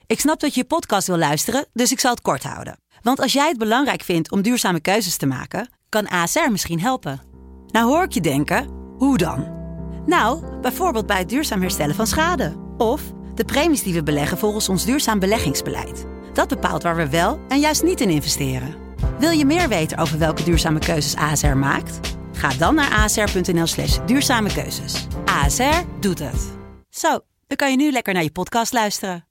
Ik snap dat je podcast wil luisteren, dus ik zal het kort houden. Want als jij het belangrijk vindt om duurzame keuzes te maken, kan ASR misschien helpen. Nou hoor ik je denken, hoe dan? Nou, bijvoorbeeld bij het duurzaam herstellen van schade. Of de premies die we beleggen volgens ons duurzaam beleggingsbeleid. Dat bepaalt waar we wel en juist niet in investeren. Wil je meer weten over welke duurzame keuzes ASR maakt? Ga dan naar asr.nl/duurzame keuzes. ASR doet het. Zo, dan kan je nu lekker naar je podcast luisteren.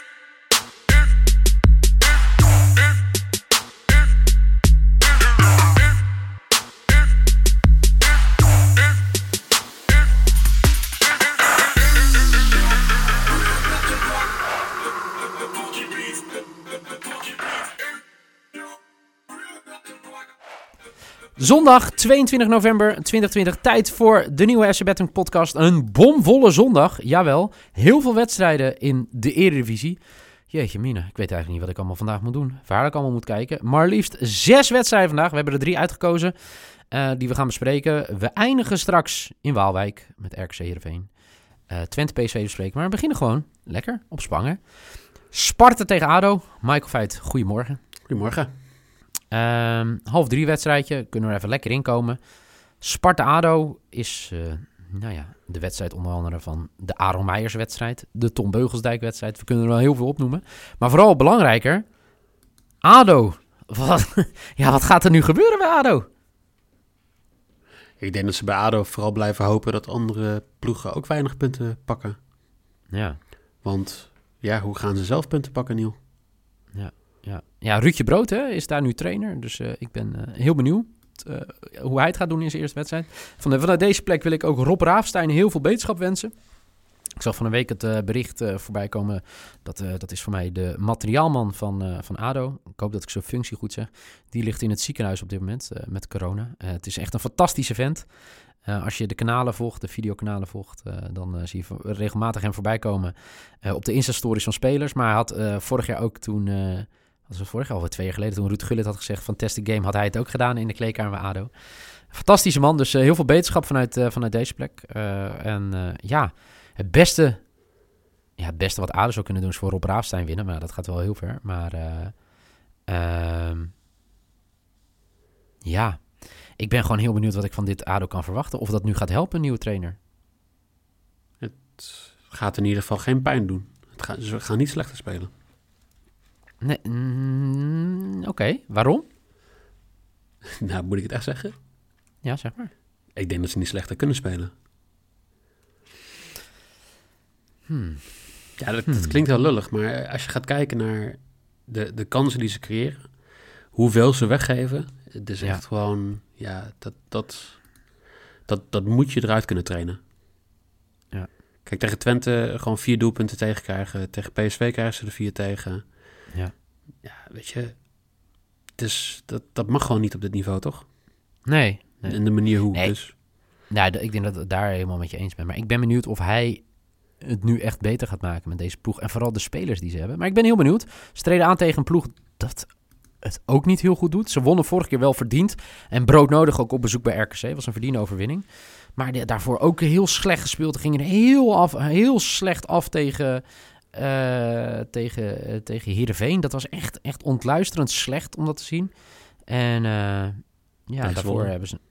Zondag 22 november 2020, tijd voor de nieuwe FC Betting podcast. Een bomvolle zondag, jawel. Heel veel wedstrijden in de Eredivisie. Jeetje mina, ik weet eigenlijk niet wat ik allemaal vandaag moet doen. Waar ik allemaal moet kijken. Maar liefst 6 wedstrijden vandaag. We hebben er 3 uitgekozen die we gaan bespreken. We eindigen straks in Waalwijk met RKC Heerenveen. Twente PSV bespreken, maar we beginnen gewoon lekker op Spangen. Sparta tegen ADO. Michael Veit, goedemorgen. Goedemorgen. 2:30 wedstrijdje, kunnen we er even lekker inkomen. Sparta-ADO is de wedstrijd onder andere van de Aaron Meijers wedstrijd, de Tom Beugelsdijk wedstrijd. We kunnen er wel heel veel opnoemen. Maar vooral belangrijker, ADO. Wat gaat er nu gebeuren bij ADO? Ik denk dat ze bij ADO vooral blijven hopen dat andere ploegen ook weinig punten pakken. Ja. Want ja, hoe gaan ze zelf punten pakken, Niel? Ja, Ruudje Brood is daar nu trainer. Dus ik ben heel benieuwd hoe hij het gaat doen in zijn eerste wedstrijd. Vanuit deze plek wil ik ook Rob Raafstein heel veel beterschap wensen. Ik zag van een week het bericht voorbij komen. Dat is voor mij de materiaalman van ADO. Ik hoop dat ik zijn functie goed zeg. Die ligt in het ziekenhuis op dit moment met corona. Het is echt een fantastische vent. Als je de kanalen volgt, de videokanalen volgt, dan zie je regelmatig hem voorbij komen op de Insta-stories van spelers. Maar hij had vorig jaar ook toen... dat was vorig jaar, alweer 2 jaar geleden, toen Ruud Gullit had gezegd... Fantastic game, had hij het ook gedaan in de kleedkamer bij ADO. Fantastische man, dus heel veel beterschap vanuit deze plek. Het beste wat ADO zou kunnen doen... is voor Rob Raafstein winnen, maar dat gaat wel heel ver. Maar ik ben gewoon heel benieuwd wat ik van dit ADO kan verwachten. Of dat nu gaat helpen, een nieuwe trainer. Het gaat in ieder geval geen pijn doen. Ze gaan niet slechter spelen. Nee, oké. Waarom? Nou, moet ik het echt zeggen? Ja, zeg maar. Ik denk dat ze niet slechter kunnen spelen. Ja, dat klinkt heel lullig, maar als je gaat kijken naar de kansen die ze creëren, hoeveel ze weggeven, het is echt gewoon, dat moet je eruit kunnen trainen. Ja. Kijk, tegen Twente gewoon 4 doelpunten tegenkrijgen, tegen PSV krijgen ze er 4 tegen. Ja, weet je, dat mag gewoon niet op dit niveau, toch? Nee. En de manier hoe, nee. dus. Nou, ik denk dat ik daar helemaal met je eens ben. Maar ik ben benieuwd of hij het nu echt beter gaat maken met deze ploeg. En vooral de spelers die ze hebben. Maar ik ben heel benieuwd. Ze treden aan tegen een ploeg dat het ook niet heel goed doet. Ze wonnen vorige keer wel verdiend. En broodnodig ook op bezoek bij RKC. Was een verdiende overwinning. Maar daarvoor ook heel slecht gespeeld. Gingen er heel slecht af tegen Heerenveen. Dat was echt ontluisterend slecht om dat te zien. En daarvoor hebben ze...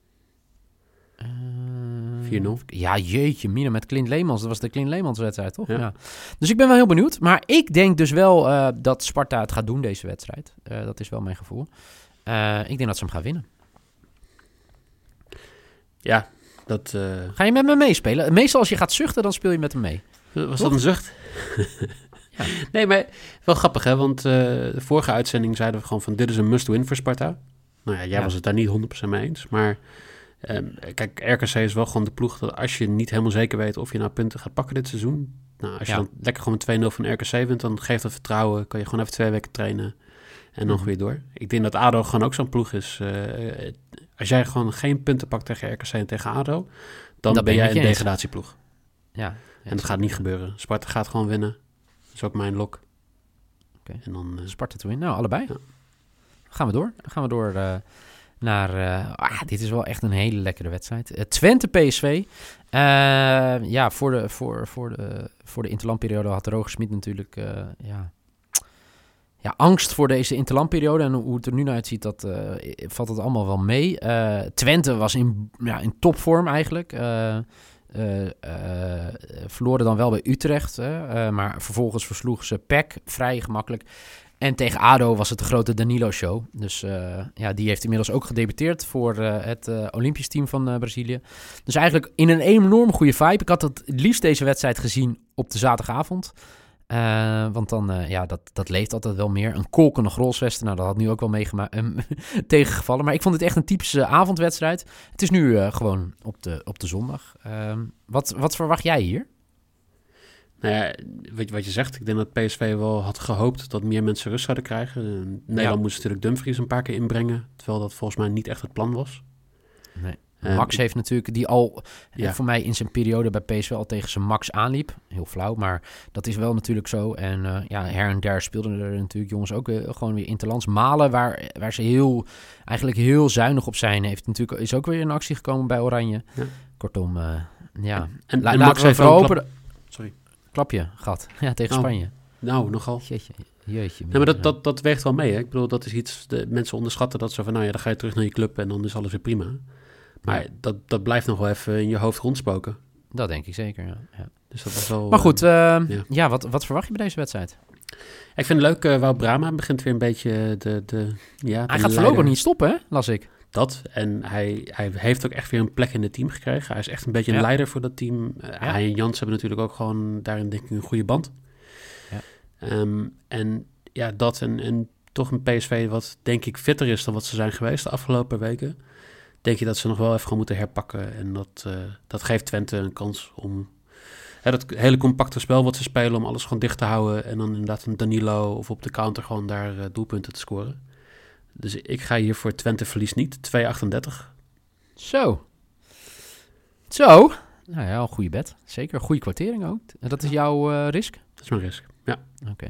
4-0. Ja, jeetje, mina met Clint Leemans. Dat was de Clint Leemans wedstrijd, toch? Ja. Dus ik ben wel heel benieuwd. Maar ik denk dus wel dat Sparta het gaat doen, deze wedstrijd. Dat is wel mijn gevoel. Ik denk dat ze hem gaan winnen. Ja, dat... Ga je met me meespelen? Meestal als je gaat zuchten, dan speel je met hem mee. Was toch? dat een zucht? Ja. Nee, maar wel grappig, hè? Want de vorige uitzending zeiden we gewoon van... dit is een must-win voor Sparta. Nou ja, jij was het daar niet 100% mee eens. Maar kijk, RKC is wel gewoon de ploeg... dat als je niet helemaal zeker weet of je nou punten gaat pakken dit seizoen... Nou, als je dan lekker gewoon met 2-0 van RKC wint... dan geeft dat vertrouwen, kan je gewoon even 2 weken trainen... en nog weer door. Ik denk dat ADO gewoon ook zo'n ploeg is. Als jij gewoon geen punten pakt tegen RKC en tegen ADO... dan ben jij een degradatieploeg. Ja. En dat gaat niet gebeuren. Sparta gaat gewoon winnen. Dat is ook mijn lok. Okay. En dan Sparta te winnen. Nou, allebei. Ja. Gaan we door naar... dit is wel echt een hele lekkere wedstrijd. Twente PSV. Voor de interlandperiode had Roger Smit natuurlijk... angst voor deze interlandperiode en hoe het er nu naar uitziet, dat valt het allemaal wel mee. Twente was in topvorm eigenlijk. Verloren dan wel bij Utrecht, maar vervolgens versloegen ze PEC vrij gemakkelijk. En tegen ADO was het de grote Danilo-show. Dus die heeft inmiddels ook gedebuteerd voor het Olympisch team van Brazilië. Dus eigenlijk in een enorm goede vibe. Ik had het liefst deze wedstrijd gezien op de zaterdagavond. Want dan, dat leeft altijd wel meer. Een kolkende Grolsvesten, nou dat had nu ook wel tegengevallen. Maar ik vond het echt een typische avondwedstrijd. Het is nu gewoon op de zondag. Wat verwacht jij hier? Nou ja, wat je zegt, ik denk dat PSV wel had gehoopt dat meer mensen rust zouden krijgen. Nederland moest natuurlijk Dumfries een paar keer inbrengen, terwijl dat volgens mij niet echt het plan was. Nee. Max heeft natuurlijk, die al voor mij in zijn periode bij PSV al tegen zijn Max aanliep. Heel flauw, maar dat is wel natuurlijk zo. En her en der speelden er natuurlijk jongens ook gewoon weer interlands. Malen, waar ze eigenlijk heel zuinig op zijn, is ook weer in actie gekomen bij Oranje. Ja. Kortom, En Max heeft vooral hopen. Sorry. Klapje, gat. Ja, tegen Spanje. Nou, nogal. Jeetje. Nee, maar dat weegt wel mee. Hè? Ik bedoel, dat is iets, mensen onderschatten dat zo van, dan ga je terug naar je club en dan is alles weer prima. Maar dat blijft nog wel even in je hoofd rondspoken. Dat denk ik zeker, ja. Dus dat was wel... Maar goed, wat verwacht je bij deze wedstrijd? Ik vind het leuk, Wout Brama begint weer een beetje hij gaat voorlopig niet stoppen, hè? Las ik. Dat, en hij heeft ook echt weer een plek in het team gekregen. Hij is echt een beetje een leider voor dat team. Hij en Jans hebben natuurlijk ook gewoon daarin denk ik een goede band. Ja. Dat en toch een PSV wat denk ik fitter is dan wat ze zijn geweest de afgelopen weken. Denk je dat ze nog wel even gewoon moeten herpakken. En dat geeft Twente een kans om dat hele compacte spel wat ze spelen, om alles gewoon dicht te houden. En dan inderdaad een Danilo of op de counter gewoon daar doelpunten te scoren. Dus ik ga hier voor Twente verlies niet. 2,38. Zo. Nou ja, een goede bet. Zeker, een goede kwartering ook. Dat is jouw risk? Dat is mijn risk, ja. Oké.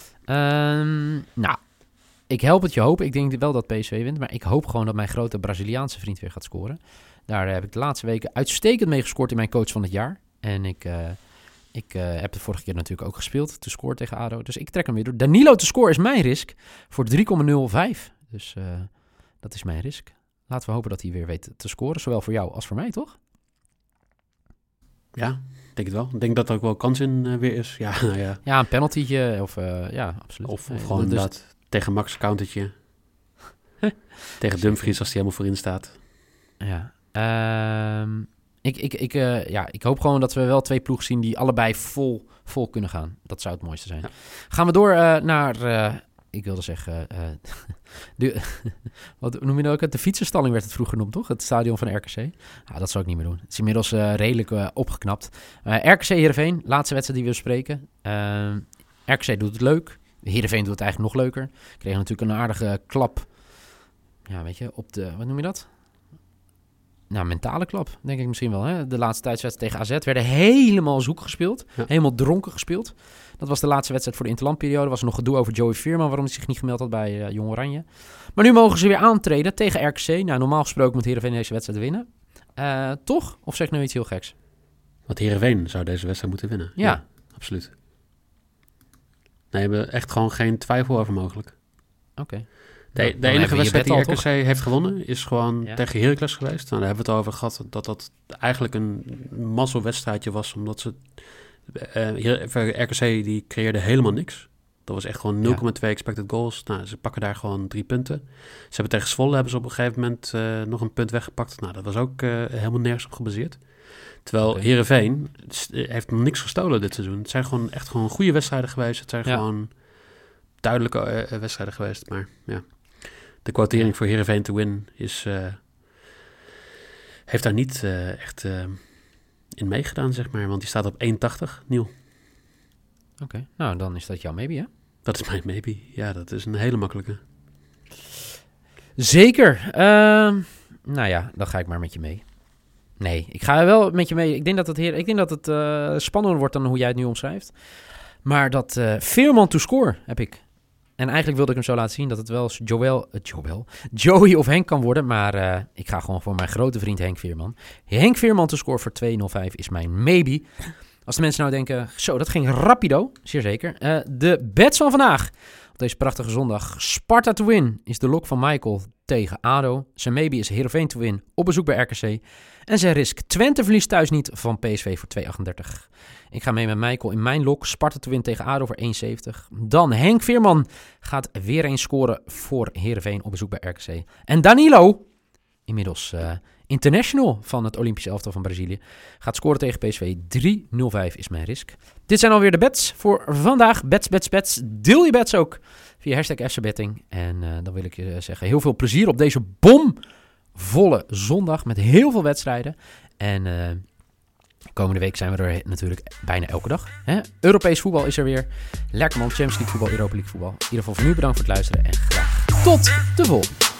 Ik help het je hopen. Ik denk wel dat PSV wint, maar ik hoop gewoon dat mijn grote Braziliaanse vriend weer gaat scoren. Daar heb ik de laatste weken uitstekend mee gescoord in mijn coach van het jaar. En ik heb de vorige keer natuurlijk ook gespeeld, te scoren tegen ADO. Dus ik trek hem weer door. Danilo te scoren is mijn risk voor 3,05. Dus dat is mijn risk. Laten we hopen dat hij weer weet te scoren. Zowel voor jou als voor mij, toch? Ja, ik denk het wel. Ik denk dat er ook wel kans in weer is. Ja, nou ja. Ja, een penaltytje. Absoluut. Of gewoon inderdaad tegen Max countertje. Tegen Dumfries als hij helemaal voorin staat. Ja. Ik hoop gewoon dat we wel twee ploegen zien die allebei vol kunnen gaan. Dat zou het mooiste zijn. Ja. Gaan we door naar... ik wilde zeggen... wat noem je dat ook? De fietsenstalling werd het vroeger genoemd, toch? Het stadion van RKC. Dat zou ik niet meer doen. Het is inmiddels redelijk opgeknapt. RKC Heerenveen, laatste wedstrijd die we bespreken. RKC doet het leuk. Heerenveen doet het eigenlijk nog leuker. Kregen natuurlijk een aardige klap. Ja, weet je, op de... Wat noem je dat? Nou, mentale klap, denk ik misschien wel. Hè? De laatste tijdswedstrijd tegen AZ werden helemaal zoek gespeeld. Ja. Helemaal dronken gespeeld. Dat was de laatste wedstrijd voor de interlandperiode. Er was nog gedoe over Joey Veerman, waarom hij zich niet gemeld had bij Jong Oranje. Maar nu mogen ze weer aantreden tegen RKC. Nou, normaal gesproken moet Heerenveen deze wedstrijd winnen. Toch? Of zeg ik nou iets heel geks? Want Heerenveen zou deze wedstrijd moeten winnen. Ja absoluut. Nee, we hebben echt gewoon geen twijfel over mogelijk. Oké. De enige wedstrijd die RKC heeft gewonnen is gewoon tegen Heracles geweest. Nou, daar hebben we het over gehad dat eigenlijk een mazzelwedstrijdje was. Omdat ze RKC die creëerde helemaal niks. Dat was echt gewoon 0,2 expected goals. Nou, ze pakken daar gewoon 3 punten. Ze hebben tegen Zwolle hebben ze op een gegeven moment nog een punt weggepakt. Nou, dat was ook helemaal nergens op gebaseerd. Terwijl Heerenveen heeft nog niks gestolen dit seizoen. Het zijn gewoon echt gewoon goede wedstrijden geweest. Het zijn gewoon duidelijke wedstrijden geweest. Maar ja, de quotering voor Heerenveen to win heeft daar niet echt in meegedaan, zeg maar. Want die staat op 1,80, Niel. Oké, nou dan is dat jouw maybe, hè? Dat is mijn maybe. Ja, dat is een hele makkelijke. Zeker. Nou ja, dan ga ik maar met je mee. Nee, ik ga wel met je mee. Ik denk dat het spannender wordt dan hoe jij het nu omschrijft. Maar dat Veerman to score heb ik. En eigenlijk wilde ik hem zo laten zien dat het wel Joey of Henk kan worden. Maar ik ga gewoon voor mijn grote vriend Henk Veerman. Henk Veerman to score voor 2,05 is mijn maybe. Als de mensen nou denken, zo, dat ging rapido. Zeer zeker. De bets van vandaag. Op deze prachtige zondag. Sparta to win is de lok van Michael tegen ADO. Zijn maybe is Heerenveen to win op bezoek bij RKC. En zijn risk Twente verliest thuis niet van PSV voor 2,38. Ik ga mee met Michael in mijn lok. Sparta to win tegen ADO voor 1,70. Dan Henk Veerman gaat weer eens scoren voor Heerenveen op bezoek bij RKC. En Danilo, inmiddels international van het Olympische elftal van Brazilië, gaat scoren tegen PSV. 3,05 is mijn risk. Dit zijn alweer de bets voor vandaag. Bets. Deel je bets ook via #FCBetting. En dan wil ik je zeggen, heel veel plezier op deze bomvolle zondag met heel veel wedstrijden. En komende week zijn we er natuurlijk bijna elke dag. Hè? Europees voetbal is er weer. Lekker man, Champions League voetbal, Europa League voetbal. In ieder geval voor nu bedankt voor het luisteren en graag tot de volgende.